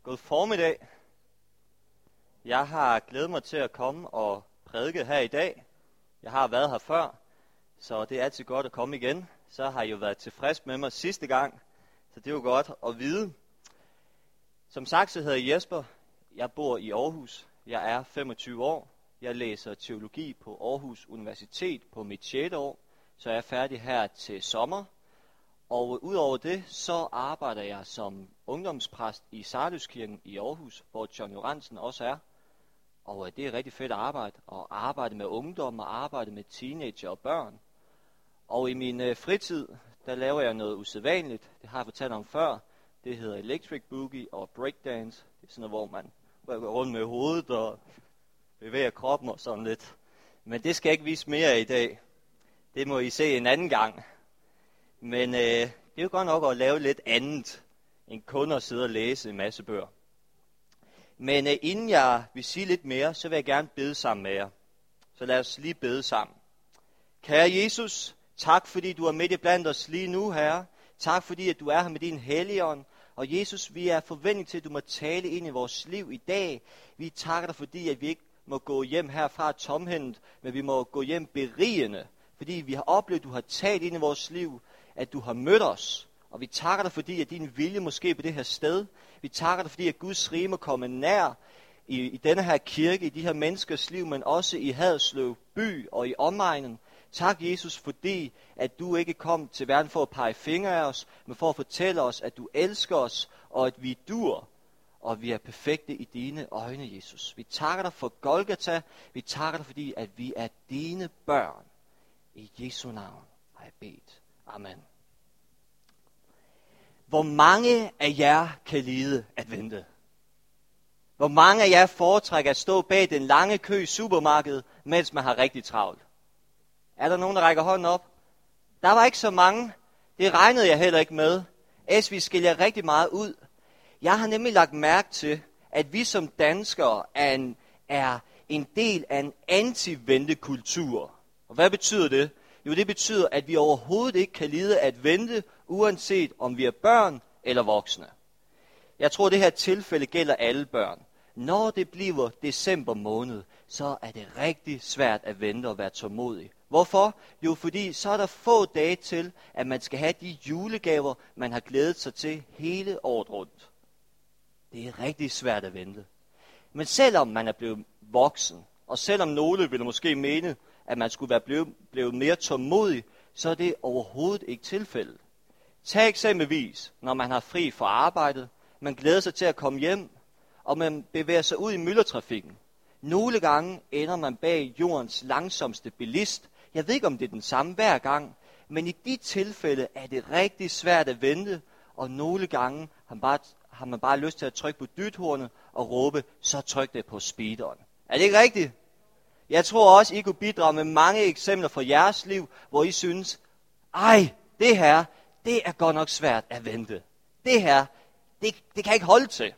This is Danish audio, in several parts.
God formiddag. Jeg har glædet mig til at komme og prædike her i dag. Jeg har været her før, så det er altid godt at komme igen. Så har I jo været tilfreds med mig sidste gang, så det er jo godt at vide. Som sagt, så hedder jeg Jesper. Jeg bor i Aarhus. Jeg er 25 år. Jeg læser teologi på Aarhus Universitet på mit 6. år, så jeg er færdig her til sommer. Og udover det, så arbejder jeg som ungdomspræst i Sarlyskirken i Aarhus, hvor John Joransen også er. Og det er rigtig fedt arbejde, at arbejde med ungdom og arbejde med teenager og børn. Og i min fritid, der laver jeg noget usædvanligt. Det har jeg fortalt om før. Det hedder electric boogie og breakdance. Det er sådan noget, hvor man går rundt med hovedet og bevæger kroppen og sådan lidt. Men det skal jeg ikke vise mere af i dag. Det må I se en anden gang. Men det er jo godt nok at lave lidt andet, end kun at sidde og læse en masse bøger. Men inden jeg vil sige lidt mere, så vil jeg gerne bede sammen med jer. Så lad os lige bede sammen. Kære Jesus, tak fordi du er midt i blandt os lige nu, Herre. Tak fordi at du er her med din Helligånd. Og Jesus, vi er forventning til, at du må tale ind i vores liv i dag. Vi takker dig, fordi at vi ikke må gå hjem herfra tomhændet, men vi må gå hjem berigende. Fordi vi har oplevet, at du har talt ind i vores liv, at du har mødt os. Og vi takker dig, fordi at din vilje måske på det her sted. Vi takker dig, fordi at Guds rige må komme nær i denne her kirke, i de her menneskers liv, men også i Haderslev by og i omegnen. Tak, Jesus, fordi at du ikke kom til verden for at pege fingre af os, men for at fortælle os, at du elsker os, og at vi dur, og vi er perfekte i dine øjne, Jesus. Vi takker dig for Golgata. Vi takker dig, fordi at vi er dine børn. I Jesu navn har jeg bedt. Amen. Hvor mange af jer kan lide at vente? Hvor mange af jer foretrækker at stå bag den lange kø i supermarkedet, mens man har rigtig travlt? Er der nogen, der rækker hånden op? Der var ikke så mange. Det regnede jeg heller ikke med. Vi skiller rigtig meget ud. Jeg har nemlig lagt mærke til, at vi som danskere er en del af en anti-ventekultur. Og hvad betyder det? Jo, det betyder, at vi overhovedet ikke kan lide at vente, uanset om vi er børn eller voksne. Jeg tror, det her tilfælde gælder alle børn. Når det bliver december måned, så er det rigtig svært at vente og være tålmodig. Hvorfor? Jo, fordi så er der få dage til, at man skal have de julegaver, man har glædet sig til hele året rundt. Det er rigtig svært at vente. Men selvom man er blevet voksen, og selvom nogle ville måske mene, at man skulle være blevet mere tålmodig, så er det overhovedet ikke tilfældet. Tag eksempelvis, når man har fri fra arbejdet, man glæder sig til at komme hjem, og man bevæger sig ud i myldretrafikken. Nogle gange ender man bag jordens langsomste bilist. Jeg ved ikke, om det er den samme hver gang, men i de tilfælde er det rigtig svært at vente, og nogle gange har man bare lyst til at trykke på dythornet og råbe, så tryk det på speederen. Er det ikke rigtigt? Jeg tror også, I kunne bidrage med mange eksempler fra jeres liv, hvor I synes, det her, det er godt nok svært at vente. Det her, det kan jeg ikke holde til.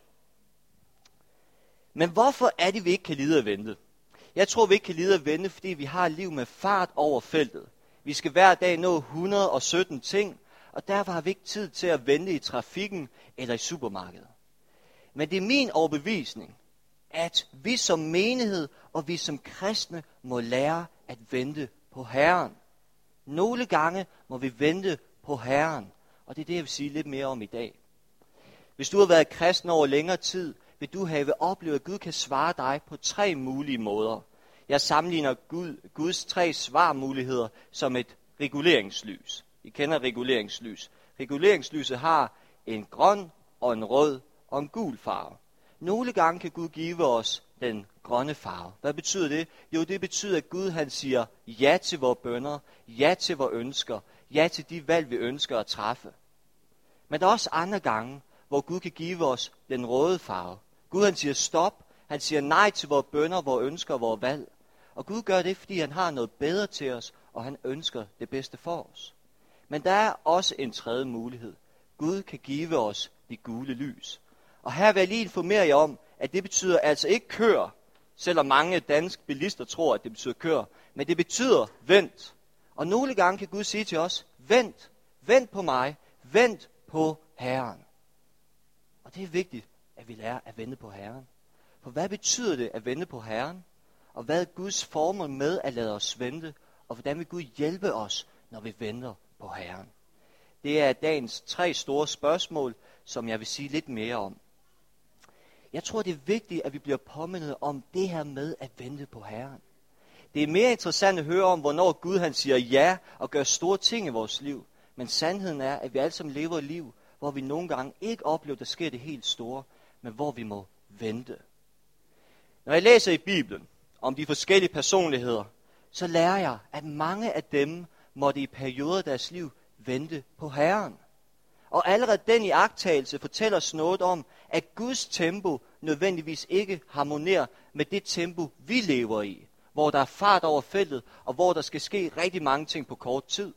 Men hvorfor er det, vi ikke kan lide at vente? Jeg tror, vi ikke kan lide at vente, fordi vi har et liv med fart over feltet. Vi skal hver dag nå 117 ting, og derfor har vi ikke tid til at vente i trafikken eller i supermarkedet. Men det er min overbevisning, at vi som menighed og vi som kristne må lære at vente på Herren. Nogle gange må vi vente på Herren, og det er det, jeg vil sige lidt mere om i dag. Hvis du har været kristen over længere tid, vil du have oplevet, at Gud kan svare dig på 3 mulige måder. Jeg sammenligner Guds 3 svarmuligheder som et reguleringslys. I kender reguleringslys. Reguleringslyset har en grøn og en rød og en gul farve. Nogle gange kan Gud give os den grønne farve. Hvad betyder det? Jo, det betyder, at Gud han siger ja til vores bønner, ja til vores ønsker, ja til de valg, vi ønsker at træffe. Men der er også andre gange, hvor Gud kan give os den røde farve. Gud han siger stop, han siger nej til vores bønner, vores ønsker og vores valg. Og Gud gør det, fordi han har noget bedre til os, og han ønsker det bedste for os. Men der er også en tredje mulighed. Gud kan give os det gule lys. Og her vil jeg lige informere jer om, at det betyder altså ikke kør, selvom mange danske bilister tror, at det betyder kør, men det betyder vent. Og nogle gange kan Gud sige til os, vent på mig, vent på Herren. Og det er vigtigt, at at vi lærer at vente på Herren. For hvad betyder det at vente på Herren? Og hvad er Guds formål med at lade os vente? Og hvordan vil Gud hjælpe os, når vi venter på Herren? Det er dagens 3 store spørgsmål, som jeg vil sige lidt mere om. Jeg tror, det er vigtigt, at vi bliver påmindet om det her med at vente på Herren. Det er mere interessant at høre om, hvornår Gud han siger ja og gør store ting i vores liv. Men sandheden er, at vi alle sammen lever et liv, hvor vi nogle gange ikke oplever, at der sker det helt store, men hvor vi må vente. Når jeg læser i Bibelen om de forskellige personligheder, så lærer jeg, at mange af dem måtte i perioder af deres liv vente på Herren. Og allerede den iagttagelse fortæller os noget om, at Guds tempo nødvendigvis ikke harmonerer med det tempo, vi lever i, hvor der er fart over feltet, og hvor der skal ske rigtig mange ting på kort tid.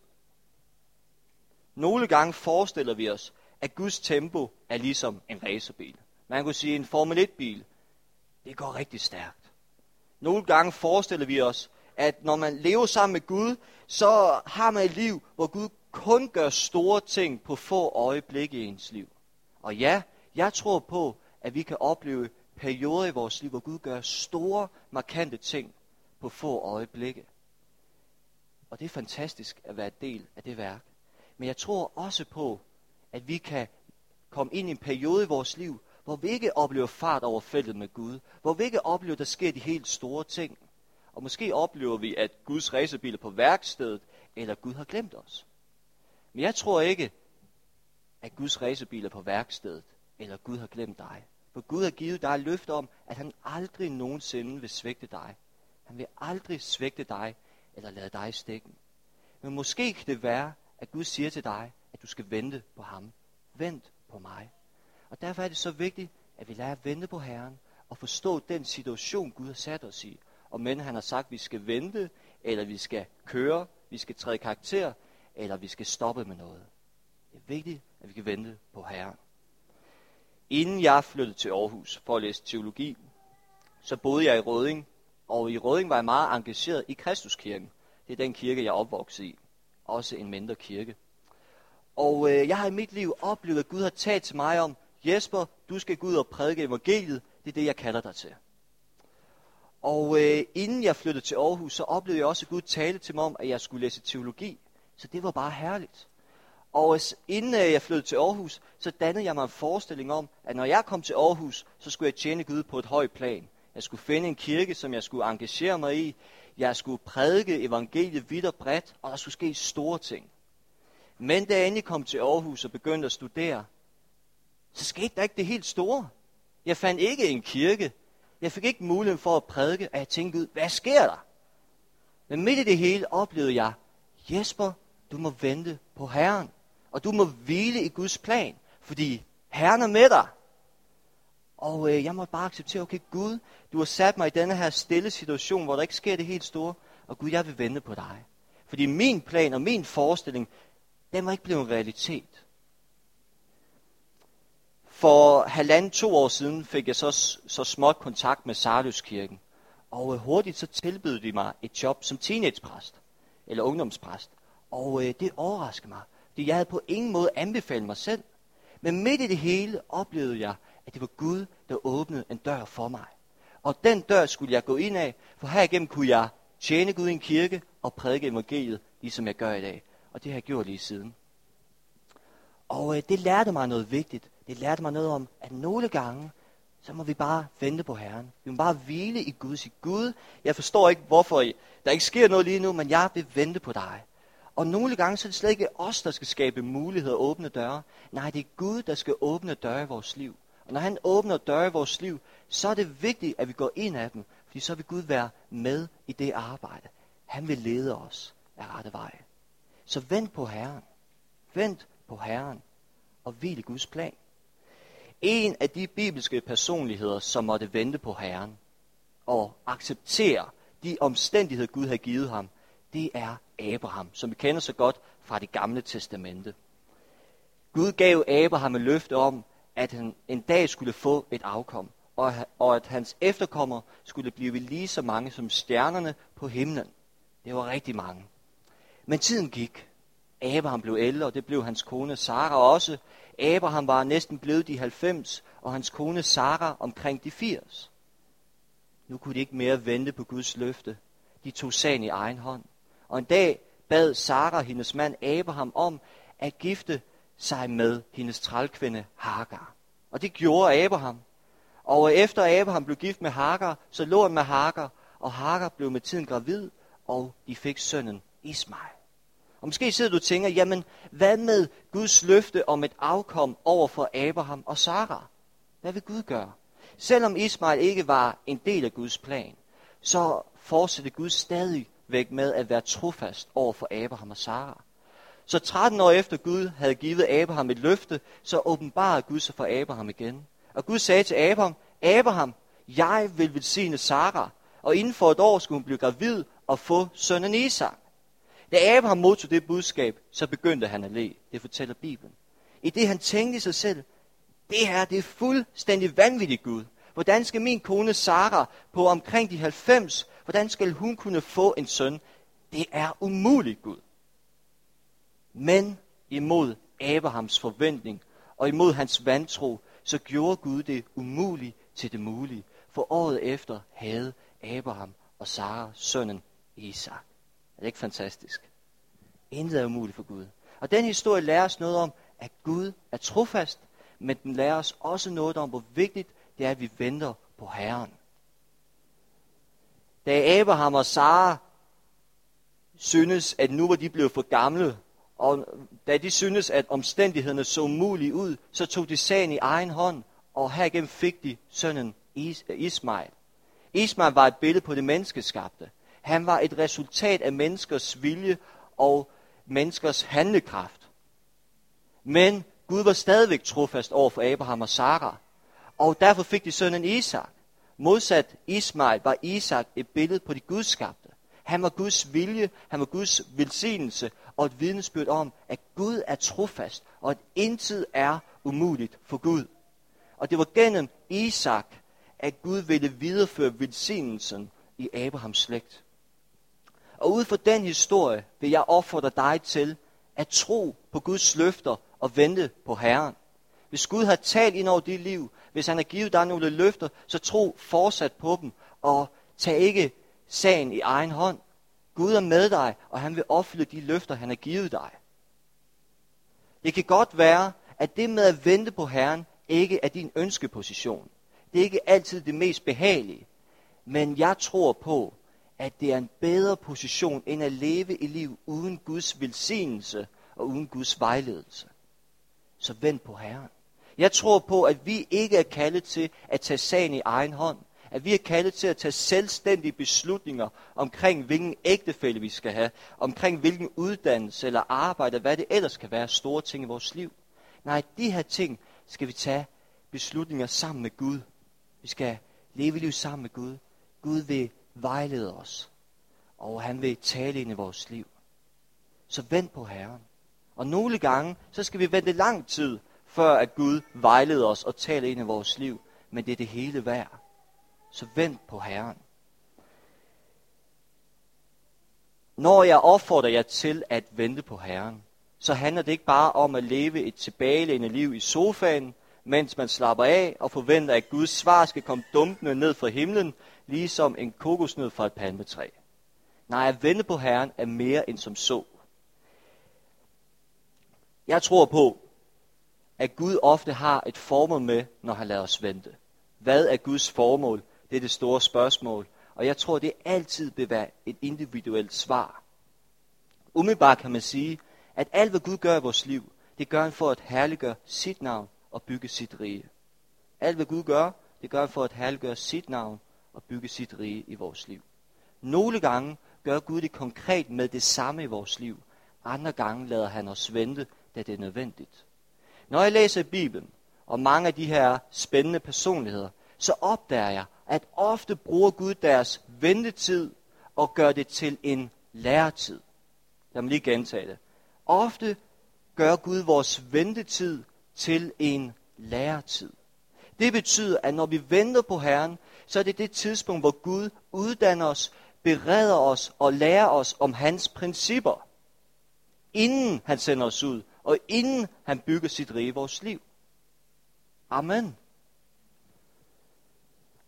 Nogle gange forestiller vi os, at Guds tempo er ligesom en racerbil. Man kunne sige en Formel 1-bil. Det går rigtig stærkt. Nogle gange forestiller vi os, at når man lever sammen med Gud, så har man et liv, hvor Gud kun gør store ting på få øjeblikke i ens liv. Og ja, jeg tror på, at vi kan opleve perioder i vores liv, hvor Gud gør store, markante ting på få øjeblikke. Og det er fantastisk at være del af det værk. Men jeg tror også på, at vi kan komme ind i en periode i vores liv, hvor vi ikke oplever fart over feltet med Gud. Hvor vi ikke oplever, at der sker de helt store ting. Og måske oplever vi, at Guds racerbil er på værkstedet, eller Gud har glemt os. Men jeg tror ikke, at Guds racerbil er på værkstedet, eller Gud har glemt dig. For Gud har givet dig et løfte om, at han aldrig nogensinde vil svigte dig. Han vil aldrig svigte dig, eller lade dig i stikken. Men måske kan det være, at Gud siger til dig, at du skal vente på ham. Vent på mig. Og derfor er det så vigtigt, at vi lærer at vente på Herren, og forstå den situation, Gud har sat os i. Og men han har sagt, at vi skal vente, eller vi skal køre, vi skal træde karakter, eller vi skal stoppe med noget. Det er vigtigt, at vi kan vente på Herren. Inden jeg flyttede til Aarhus for at læse teologi, så boede jeg i Rødding. Og i Rødding var jeg meget engageret i Kristuskirken. Det er den kirke, jeg er opvokset i. Også en mindre kirke. Og jeg har i mit liv oplevet, at Gud har talt til mig om, Jesper, du skal gå ud og prædike evangeliet. Det er det, jeg kalder dig til. Og inden jeg flyttede til Aarhus, så oplevede jeg også, at Gud talte til mig om, at jeg skulle læse teologi. Så det var bare herligt. Og inden jeg flyttede til Aarhus, så dannede jeg mig en forestilling om, at når jeg kom til Aarhus, så skulle jeg tjene Gud på et højt plan. Jeg skulle finde en kirke, som jeg skulle engagere mig i. Jeg skulle prædike evangeliet vidt og bredt, og der skulle ske store ting. Men da jeg endelig kom til Aarhus og begyndte at studere, så skete der ikke det helt store. Jeg fandt ikke en kirke. Jeg fik ikke mulighed for at prædike, og jeg tænkte ud, hvad sker der? Men midt i det hele oplevede jeg, Jesper, du må vente på Herren. Og du må hvile i Guds plan, fordi Herren er med dig. Og jeg måtte bare acceptere, okay Gud, du har sat mig i denne her stille situation, hvor der ikke sker det helt store. Og Gud, jeg vil vente på dig. Fordi min plan og min forestilling, den var ikke blevet en realitet. For 1,5-2 år siden fik jeg så småt kontakt med Sarløskirken. Og hurtigt så tilbød de mig et job som teenagepræst, eller ungdomspræst. Og det overraskede mig, fordi jeg havde på ingen måde anbefalet mig selv. Men midt i det hele oplevede jeg, at det var Gud, der åbnede en dør for mig. Og den dør skulle jeg gå ind af, for herigennem kunne jeg tjene Gud i en kirke og prædike evangeliet, ligesom jeg gør i dag. Og det har jeg gjort lige siden. Og det lærte mig noget vigtigt. Det lærte mig noget om, at nogle gange, så må vi bare vente på Herren. Vi må bare hvile i Gud. Sige, Gud, jeg forstår ikke, hvorfor der ikke sker noget lige nu, men jeg vil vente på dig. Og nogle gange, så er det slet ikke os, der skal skabe muligheder og åbne døre. Nej, det er Gud, der skal åbne døre i vores liv. Og når han åbner døre i vores liv, så er det vigtigt, at vi går ind af dem. Fordi så vil Gud være med i det arbejde. Han vil lede os af rette vej. Så vent på Herren. Vent på Herren. Og hvil i Guds plan. En af de bibelske personligheder, som måtte vente på Herren og acceptere de omstændigheder, Gud har givet ham, det er Abraham, som vi kender så godt fra det gamle testamente. Gud gav Abraham et løfte om, at han en dag skulle få et afkom, og at hans efterkommere skulle blive lige så mange som stjernerne på himlen. Det var rigtig mange. Men tiden gik. Abraham blev ældre, og det blev hans kone Sara også. Abraham var næsten blevet de 90, og hans kone Sara omkring de 80. Nu kunne de ikke mere vente på Guds løfte. De tog sagen i egen hånd. Og en dag bad Sara hendes mand Abraham om at gifte sig med hendes trælkvinde Hagar. Og det gjorde Abraham. Og efter Abraham blev gift med Hagar, så lå han med Hagar, og Hagar blev med tiden gravid, og de fik sønnen Ismail. Og måske sidder du og tænker, jamen hvad med Guds løfte om et afkom over for Abraham og Sara? Hvad vil Gud gøre? Selvom Ismail ikke var en del af Guds plan, så fortsatte Gud stadigvæk med at være trofast over for Abraham og Sara. Så 13 år efter Gud havde givet Abraham et løfte, så åbenbarede Gud sig for Abraham igen. Og Gud sagde til Abraham, Abraham, jeg vil velsigne Sara, og inden for et år skulle hun blive gravid og få sønnen Isak. Da Abraham modtog det budskab, så begyndte han at le. Det fortæller Bibelen. I det han tænkte i sig selv, det her det er fuldstændig vanvittigt Gud. Hvordan skal min kone Sara på omkring de 90, hvordan skal hun kunne få en søn? Det er umuligt Gud. Men imod Abrahams forventning og imod hans vantro, så gjorde Gud det umulige til det mulige. For året efter havde Abraham og Sara sønnen Isak. Er det ikke fantastisk? Intet er umuligt for Gud. Og den historie lærer os noget om, at Gud er trofast, men den lærer os også noget om, hvor vigtigt det er, at vi venter på Herren. Da Abraham og Sara synes, at nu var de blevet for gamle, og da de synes, at omstændighederne så umulige ud, så tog de sagen i egen hånd, og herigennem fik de sønnen Ismail. Ismail var et billede på det menneskeskabte. Han var et resultat af menneskers vilje og menneskers handlekraft. Men Gud var stadigvæk trofast over for Abraham og Sara, og derfor fik de sønnen Isak. Modsat Ismail var Isak et billede på det gudskabte. Han var Guds vilje, han var Guds velsignelse og et vidnesbyrd om, at Gud er trofast, og at intet er umuligt for Gud. Og det var gennem Isak, at Gud ville videreføre velsignelsen i Abrahams slægt. Og ud fra den historie vil jeg opfordre dig til at tro på Guds løfter og vente på Herren. Hvis Gud har talt ind over dit liv, hvis han har givet dig nogle løfter, så tro fortsat på dem, og tag ikke sagen i egen hånd. Gud er med dig, og han vil opfylde de løfter, han har givet dig. Det kan godt være, at det med at vente på Herren ikke er din ønskeposition. Det er ikke altid det mest behagelige. Men jeg tror på, at det er en bedre position, end at leve et liv uden Guds velsignelse og uden Guds vejledelse. Så vent på Herren. Jeg tror på, at vi ikke er kaldet til at tage sagen i egen hånd. At vi er kaldet til at tage selvstændige beslutninger omkring, hvilken ægtefælle vi skal have, omkring hvilken uddannelse eller arbejde, hvad det ellers kan være store ting i vores liv. Nej, de her ting skal vi tage beslutninger sammen med Gud. Vi skal leve liv sammen med Gud. Gud vil vejlede os, og han vil tale ind i vores liv. Så vent på Herren. Og nogle gange, så skal vi vente lang tid, før at Gud vejleder os og taler ind i vores liv. Men det er det hele værd. Så vent på Herren. Når jeg opfordrer jer til at vente på Herren, så handler det ikke bare om at leve et tilbagelænet liv i sofaen, mens man slapper af og forventer, at Guds svar skal komme dumpende ned fra himlen, ligesom en kokosnød fra et palmetræ. Nej, at vente på Herren er mere end som så. Jeg tror på, at Gud ofte har et formål med, når han lader os vente. Hvad er Guds formål? Det er det store spørgsmål. Og jeg tror, det altid vil være et individuelt svar. Umiddelbart kan man sige, at alt hvad Gud gør i vores liv, det gør han for at herliggøre sit navn og bygge sit rige. Alt hvad Gud gør, det gør han for at herliggøre sit navn og bygge sit rige i vores liv. Nogle gange gør Gud det konkret med det samme i vores liv. Andre gange lader han os vente, da det er nødvendigt. Når jeg læser Bibelen og mange af de her spændende personligheder, så opdager jeg, at ofte bruger Gud deres ventetid og gør det til en læretid. Lad mig lige gentage det. Ofte gør Gud vores ventetid til en læretid. Det betyder, at når vi venter på Herren, så er det det tidspunkt, hvor Gud uddanner os, bereder os og lærer os om hans principper, inden han sender os ud, og inden han bygger sit rige i vores liv. Amen.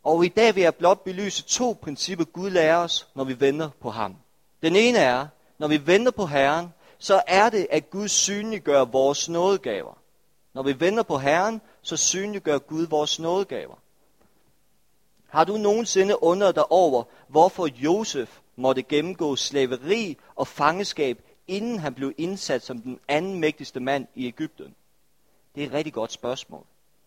Og i dag vil jeg blot belyse 2 principper, Gud lærer os, når vi venter på ham. Den ene er, når vi venter på Herren, så er det, at Gud synliggør vores nådegaver. Når vi venter på Herren, så synliggør Gud vores nådegaver. Har du nogensinde undret dig over, hvorfor Josef måtte gennemgå slaveri og fangeskab, inden han blev indsat som den anden mægtigste mand i Egypten? Det er et rigtig godt spørgsmål.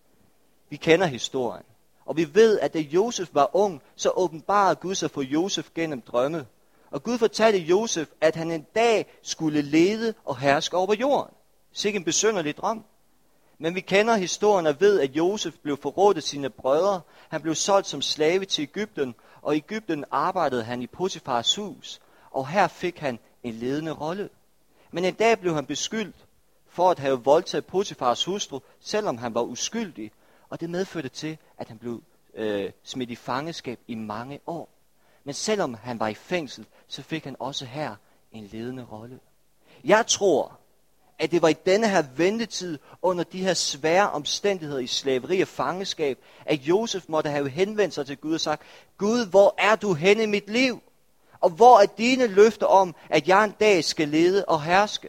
Vi kender historien, og vi ved, at da Josef var ung, så åbenbarede Gud sig for Josef gennem drømme. Og Gud fortalte Josef, at han en dag skulle lede og herske over jorden. Sikke en besynderlig drøm. Men vi kender historien og ved, at Josef blev forrådt af sine brødre. Han blev solgt som slave til Egypten, og i Egypten arbejdede han i Potifars hus. Og her fik han en ledende rolle. Men en dag blev han beskyldt for at have voldtaget Potifars hustru, selvom han var uskyldig. Og det medførte til, at han blev smidt i fangeskab i mange år. Men selvom han var i fængsel, så fik han også her en ledende rolle. Jeg tror, at det var i denne her ventetid, under de her svære omstændigheder i slaveri og fangeskab, at Josef måtte have henvendt sig til Gud og sagt, Gud, hvor er du henne i mit liv? Og hvor er dine løfter om, at jeg en dag skal lede og herske?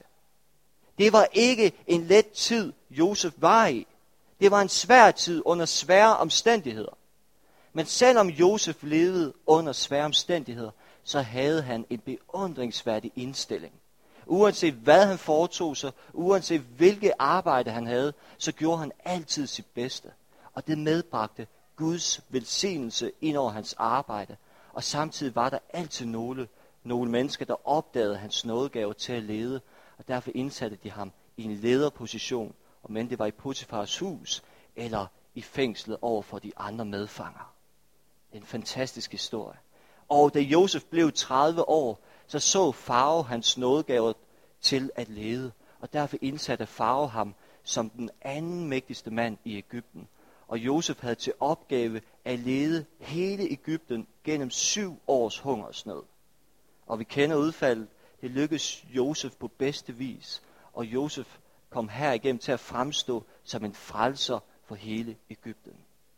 Det var ikke en let tid, Josef var i. Det var en svær tid under svære omstændigheder. Men selvom Josef levede under svære omstændigheder, så havde han en beundringsværdig indstilling. Uanset hvad han foretog sig, uanset hvilket arbejde han havde, så gjorde han altid sit bedste. Og det medbragte Guds velsignelse ind over hans arbejde. Og samtidig var der altid nogle mennesker, der opdagede hans nådegave til at lede. Og derfor indsatte de ham i en lederposition, om end det var i Potifars hus eller i fængslet over for de andre medfangere. Det er en fantastisk historie. Og da Josef blev 30 år, så farao hans nådegaver til at lede. Og derfor indsatte farao ham som den anden mægtigste mand i Egypten. Og Josef havde til opgave at lede hele Egypten gennem 7 års hungersnød. Og vi kender udfaldet. Det lykkedes Josef på bedste vis. Og Josef kom herigennem til at fremstå som en frelser for hele Egypten.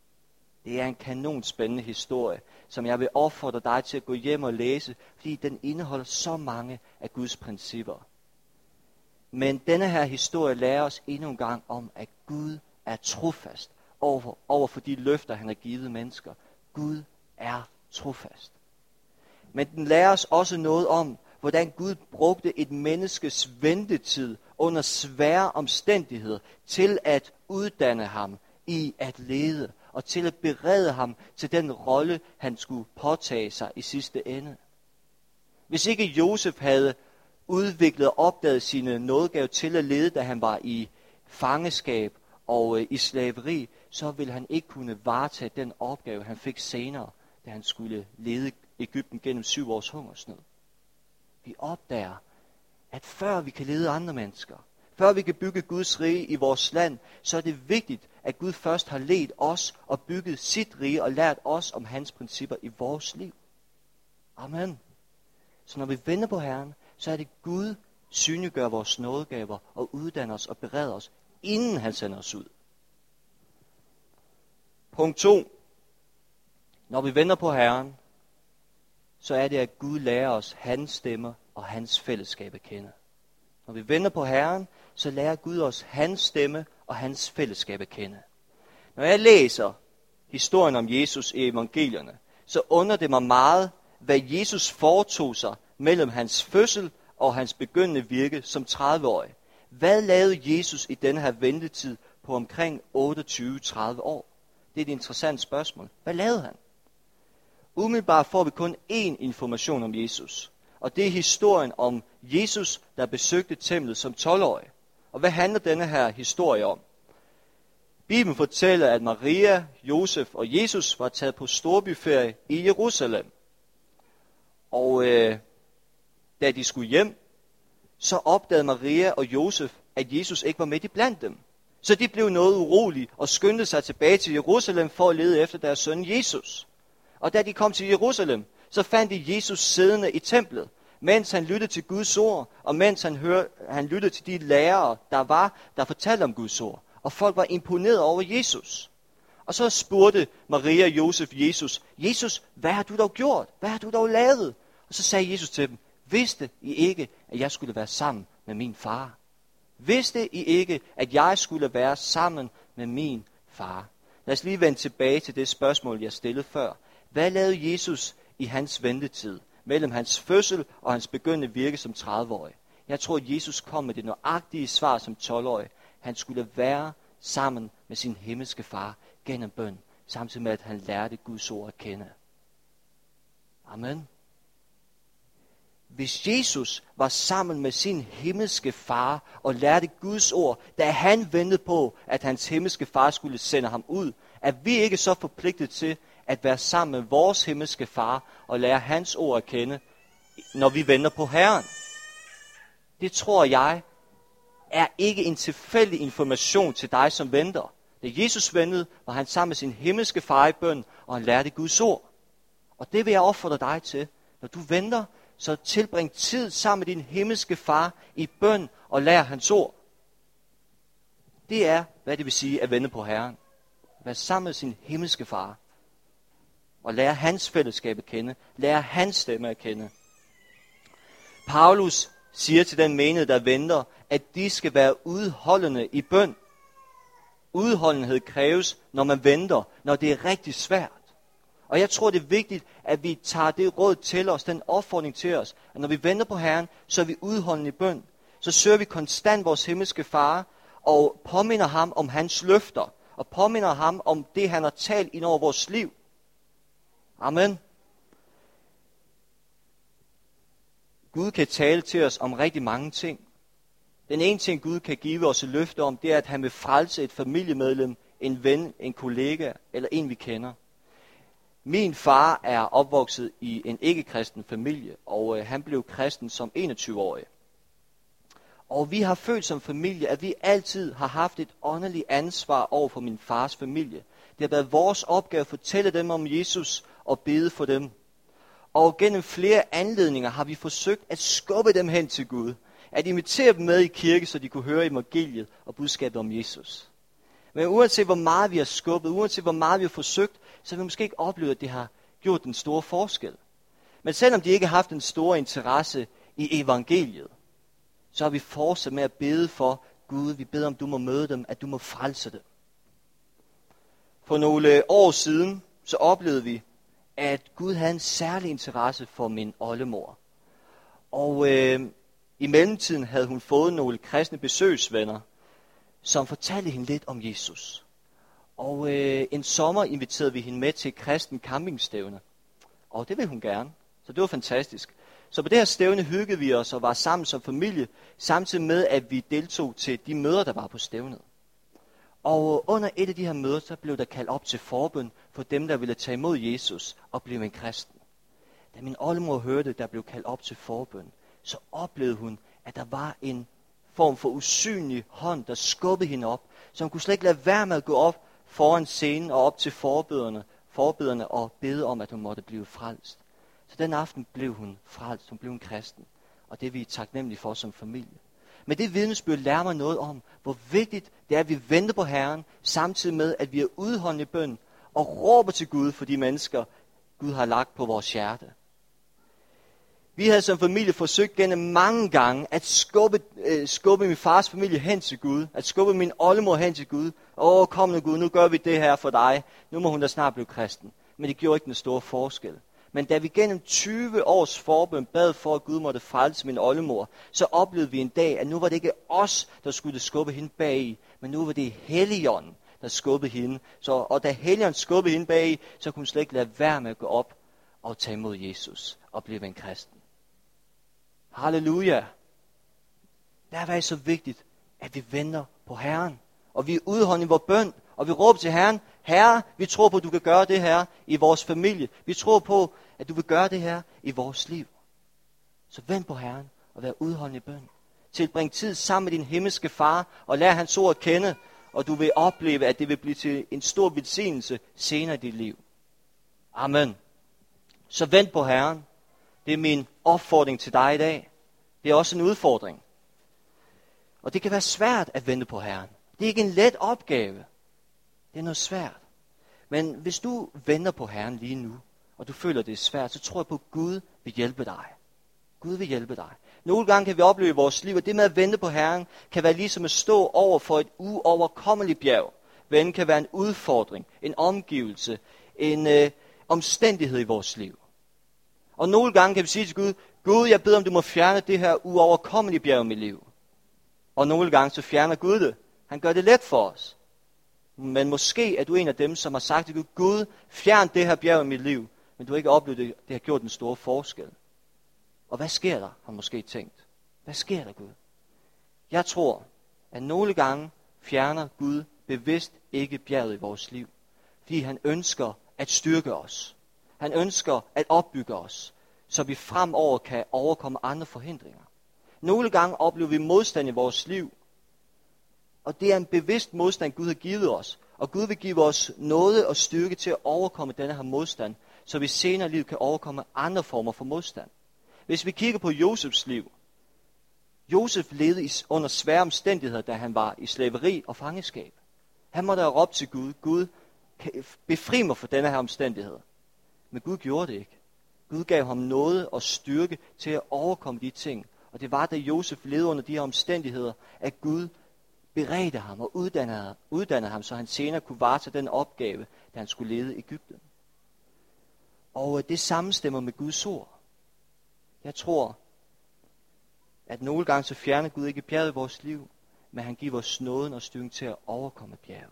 Det er en kanonspændende historie, som jeg vil opfordre dig til at gå hjem og læse, fordi den indeholder så mange af Guds principper. Men denne her historie lærer os endnu en gang om, at Gud er trofast over for de løfter, han har givet mennesker. Gud er trofast. Men den lærer os også noget om, hvordan Gud brugte et menneskes ventetid under svære omstændigheder til at uddanne ham i at lede og til at berede ham til den rolle, han skulle påtage sig i sidste ende. Hvis ikke Josef havde udviklet og opdaget sine nådegaver til at lede, da han var i fangeskab og i slaveri, så ville han ikke kunne varetage den opgave, han fik senere, da han skulle lede Egypten gennem 7 års hungersnød. Vi opdager, at før vi kan lede andre mennesker, før vi kan bygge Guds rige i vores land, så er det vigtigt, at Gud først har ledt os og bygget sit rige og lært os om hans principper i vores liv. Amen. Så når vi venter på Herren, så er det Gud synliggør vores nådegaver og uddanner os og bereder os, inden han sender os ud. Punkt 2. Når vi venter på Herren, så er det, at Gud lærer os hans stemme og hans fællesskab at kende. Når vi venter på Herren, så lærer Gud os hans stemme og hans fællesskab at kende. Når jeg læser historien om Jesus i evangelierne, så undrer det mig meget, hvad Jesus foretog sig mellem hans fødsel og hans begyndende virke som 30-årig. Hvad lavede Jesus i denne her ventetid på omkring 28-30 år? Det er et interessant spørgsmål. Hvad lavede han? Umiddelbart får vi kun én information om Jesus. Og det er historien om Jesus, der besøgte templet som 12-årig. Og hvad handler denne her historie om? Bibelen fortæller, at Maria, Josef og Jesus var taget på storbyferie i Jerusalem. Og da de skulle hjem, så opdagede Maria og Josef, at Jesus ikke var midt i blandt dem. Så de blev noget urolige og skyndte sig tilbage til Jerusalem for at lede efter deres søn Jesus. Og da de kom til Jerusalem, så fandt de Jesus siddende i templet, mens han lyttede til Guds ord, og mens han lyttede til de lærere, der fortalte om Guds ord. Og folk var imponeret over Jesus. Og så spurgte Maria og Josef Jesus, Jesus, hvad har du dog gjort? Hvad har du dog lavet? Og så sagde Jesus til dem, vidste I ikke, at jeg skulle være sammen med min far? Vidste I ikke, at jeg skulle være sammen med min far? Lad os lige vende tilbage til det spørgsmål, jeg stillede før. Hvad lavede Jesus i hans ventetid, mellem hans fødsel og hans begyndende virke som 30-årig? Jeg tror, at Jesus kom med det nøjagtige svar som 12-årig. Han skulle være sammen med sin himmelske far gennem bøn, samtidig med, at han lærte Guds ord at kende. Amen. Hvis Jesus var sammen med sin himmelske far og lærte Guds ord, da han ventede på, at hans himmelske far skulle sende ham ud, er vi ikke så forpligtet til at være sammen med vores himmelske far og lære hans ord at kende, når vi venter på Herren? Det tror jeg er ikke en tilfældig information til dig, som venter. Da Jesus ventede, var han sammen med sin himmelske far i bøn, og han lærte Guds ord. Og det vil jeg opfordre dig til. Når du venter, så tilbring tid sammen med din himmelske far i bøn og lær hans ord. Det er, hvad det vil sige at vente på Herren. Være sammen med sin himmelske far. Og lære hans fællesskab at kende. Lære hans stemme at kende. Paulus siger til den menighed, der venter, at de skal være udholdende i bøn. Udholdenhed kræves, når man venter, når det er rigtig svært. Og jeg tror, det er vigtigt, at vi tager det råd til os, den opfordring til os, at når vi venter på Herren, så er vi udholdende i bøn. Så søger vi konstant vores himmelske far, og påminder ham om hans løfter, og påminder ham om det, han har talt ind over vores liv. Amen. Gud kan tale til os om rigtig mange ting. Den ene ting, Gud kan give os et løfte om, det er, at han vil frelse et familiemedlem, en ven, en kollega eller en, vi kender. Min far er opvokset i en ikke-kristen familie, og han blev kristen som 21-årig. Og vi har følt som familie, at vi altid har haft et åndeligt ansvar over for min fars familie. Det har været vores opgave at fortælle dem om Jesus og bede for dem. Og gennem flere anledninger har vi forsøgt at skubbe dem hen til Gud. At invitere dem med i kirke, så de kunne høre evangeliet og budskabet om Jesus. Men uanset hvor meget vi har skubbet, uanset hvor meget vi har forsøgt, så har vi måske ikke oplevet, at det har gjort den store forskel. Men selvom de ikke har haft en stor interesse i evangeliet, så har vi fortsat med at bede for Gud. Vi beder om, du må møde dem, at du må frelse dem. For nogle år siden, så oplevede vi, at Gud havde en særlig interesse for min oldemor. Og i mellemtiden havde hun fået nogle kristne besøgsvenner, som fortalte hende lidt om Jesus. Og en sommer inviterede vi hende med til et kristen campingstævne. Og det ville hun gerne, så det var fantastisk. Så på det her stævne hyggede vi os og var sammen som familie, samtidig med at vi deltog til de møder, der var på stævnet. Og under et af de her møder, så blev der kaldt op til forbøn for dem, der ville tage imod Jesus og blive en kristen. Da min oldemor hørte, der blev kaldt op til forbøn, så oplevede hun, at der var en form for usynlig hånd, der skubbede hende op, så hun kunne slet ikke lade være med at gå op foran scenen og op til forbederne og bede om, at hun måtte blive frelst. Så den aften blev hun frelst, hun blev en kristen, og det er vi taknemmelige for som familie. Men det vidnesbyrd lærer mig noget om, hvor vigtigt det er, at vi venter på Herren, samtidig med, at vi er udholdende i bøn og råber til Gud for de mennesker, Gud har lagt på vores hjerte. Vi havde som familie forsøgt gennem mange gange at skubbe min fars familie hen til Gud. At skubbe min oldemor hen til Gud. Kom nu Gud, nu gør vi det her for dig. Nu må hun da snart blive kristen. Men det gjorde ikke den store forskel. Men da vi gennem 20 års forbøn bad for, at Gud måtte frelse min oldemor, så oplevede vi en dag, at nu var det ikke os, der skulle skubbe hende bag, men nu var det Helligånden, der skubbede hende. Og da Helligånden skubbede hende bag, så kunne hun slet ikke lade være med at gå op og tage imod Jesus og blive en kristen. Halleluja. Der er så vigtigt, at vi venter på Herren. Og vi er udholdende i vores bøn. Og vi råber til Herren, Herre, vi tror på, at du kan gøre det her i vores familie. Vi tror på, at du vil gøre det her i vores liv. Så vent på Herren og vær udholdende i bøn. Tilbring tid sammen med din himmelske far og lær hans ord at kende. Og du vil opleve, at det vil blive til en stor velsignelse senere i dit liv. Amen. Så vent på Herren. Det er min opfordring til dig i dag. Det er også en udfordring. Og det kan være svært at vente på Herren. Det er ikke en let opgave. Det er noget svært. Men hvis du venter på Herren lige nu, og du føler, det er svært, så tror jeg på, at Gud vil hjælpe dig. Gud vil hjælpe dig. Nogle gange kan vi opleve i vores liv, at det med at vente på Herren, kan være ligesom at stå over for et uoverkommeligt bjerg. Hvad kan være en udfordring, en omgivelse, en omstændighed i vores liv. Og nogle gange kan vi sige til Gud, Gud, jeg beder om, du må fjerne det her uoverkommelige bjerg i mit liv. Og nogle gange så fjerner Gud det. Han gør det let for os. Men måske er du en af dem, som har sagt til Gud, Gud, fjern det her bjerg i mit liv. Men du har ikke oplevet det, det har gjort en stor forskel. Og hvad sker der, har måske tænkt. Hvad sker der, Gud? Jeg tror, at nogle gange fjerner Gud bevidst ikke bjerget i vores liv. Fordi han ønsker at styrke os. Han ønsker at opbygge os, så vi fremover kan overkomme andre forhindringer. Nogle gange oplever vi modstand i vores liv. Og det er en bevidst modstand, Gud har givet os. Og Gud vil give os nåde og styrke til at overkomme denne her modstand, så vi senere i livet kan overkomme andre former for modstand. Hvis vi kigger på Josefs liv. Josef levede under svære omstændigheder, da han var i slaveri og fangeskab. Han måtte have råbt til Gud, Gud, befri mig for denne her omstændighed. Men Gud gjorde det ikke. Gud gav ham nåde og styrke til at overkomme de ting. Og det var, da Josef levede under de her omstændigheder, at Gud beredte ham og uddannede ham, så han senere kunne varetage den opgave, da han skulle lede Egypten. Og det sammenstemmer med Guds ord. Jeg tror, at nogle gange så fjerner Gud ikke bjerget i vores liv, men han giver os nåden og styrken til at overkomme bjerget.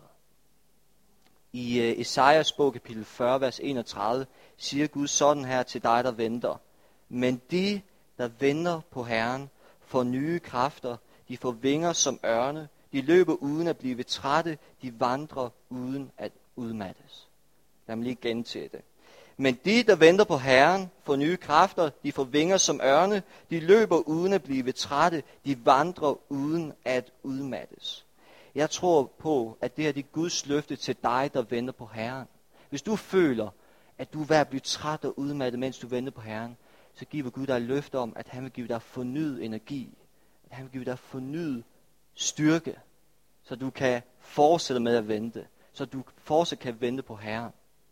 I Esajas bog, kapitel 40, vers 31, siger Gud sådan her til dig, der venter. Men de, der venter på Herren, får nye kræfter, de får vinger som ørne, de løber uden at blive trætte, de vandrer uden at udmattes. Lad mig lige gentage det. Men de, der venter på Herren, får nye kræfter, de får vinger som ørne, de løber uden at blive trætte, de vandrer uden at udmattes. Jeg tror på, at det her er Guds løfte til dig, der venter på Herren. Hvis du føler, at du er ved at blive træt og udmattet, mens du venter på Herren, så giver Gud dig et løfte om, at han vil give dig fornyet energi. At han vil give dig fornyet styrke, så du kan fortsætte med at vente. Så du fortsat kan vente på Herren.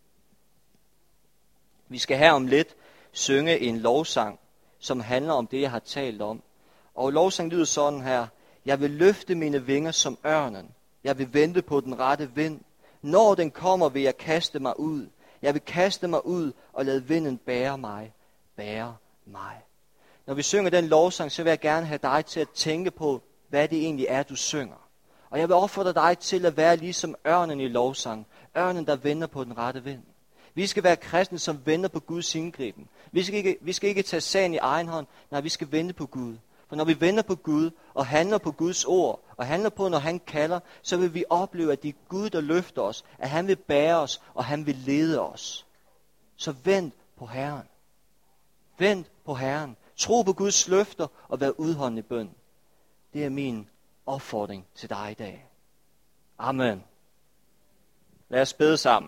Vi skal her om lidt synge en lovsang, som handler om det, jeg har talt om. Og lovsang lyder sådan her. Jeg vil løfte mine vinger som ørnen. Jeg vil vente på den rette vind. Når den kommer, vil jeg kaste mig ud. Jeg vil kaste mig ud og lade vinden bære mig. Bære mig. Når vi synger den lovsang, så vil jeg gerne have dig til at tænke på, hvad det egentlig er, du synger. Og jeg vil opfordre dig til at være ligesom ørnen i lovsang. Ørnen, der venter på den rette vind. Vi skal være kristne, som venter på Guds indgriben. Vi skal ikke tage sagen i egen hånd, nej, vi skal vente på Gud. For når vi venter på Gud og handler på Guds ord, og handler på, når han kalder, så vil vi opleve, at det er Gud, der løfter os, at han vil bære os, og han vil lede os. Så vent på Herren. Vent på Herren. Tro på Guds løfter og vær udholdende i bøn. Det er min opfordring til dig i dag. Amen. Lad os bede sammen.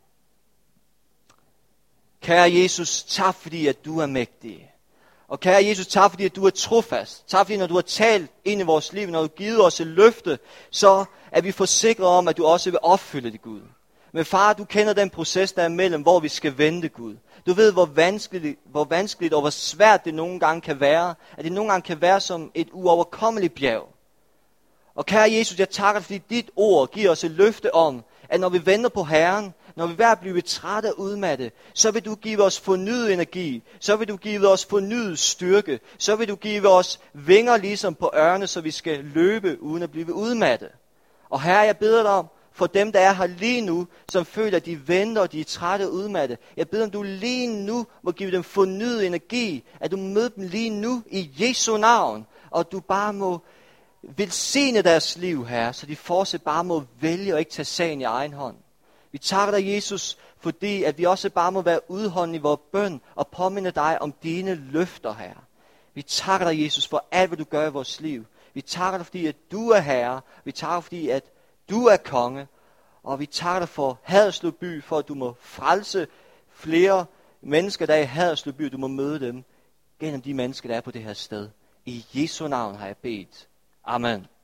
Kære Jesus, tak fordi, at du er mægtig. Og kære Jesus, tak fordi, at du er trofast. Tak fordi, når du har talt ind i vores liv, når du har givet os et løfte, så er vi forsikret om, at du også vil opfylde det, Gud. Men far, du kender den proces, der er mellem, hvor vi skal vente, Gud. Du ved, hvor vanskeligt og hvor svært det nogle gange kan være. At det nogle gange kan være som et uoverkommeligt bjerg. Og kære Jesus, jeg takker fordi dit ord giver os et løfte om, at når vi venter på Herren, når vi er ved at blive trætte og udmatte, så vil du give os fornyet energi. Så vil du give os fornyet styrke. Så vil du give os vinger ligesom på ørne, så vi skal løbe uden at blive udmatte. Og Herre, jeg beder dig om, for dem, der er her lige nu, som føler, at de venter, og de er trætte og udmatte. Jeg beder om, du lige nu må give dem fornyet energi. At du møder dem lige nu i Jesu navn. Og du bare må velsigne deres liv, Herre, så de fortsat bare må vælge og ikke tage sagen i egen hånd. Vi takker dig, Jesus, fordi at vi også bare må være udholdende i vores bøn og påminde dig om dine løfter, Herre. Vi takker dig, Jesus, for alt, hvad du gør i vores liv. Vi takker dig, fordi at du er Herre. Vi takker dig, fordi at du er konge. Og vi takker dig for Haderslev by, for at du må frelse flere mennesker, der er i Haderslev by, og du må møde dem gennem de mennesker, der er på det her sted. I Jesu navn har jeg bedt. Amen.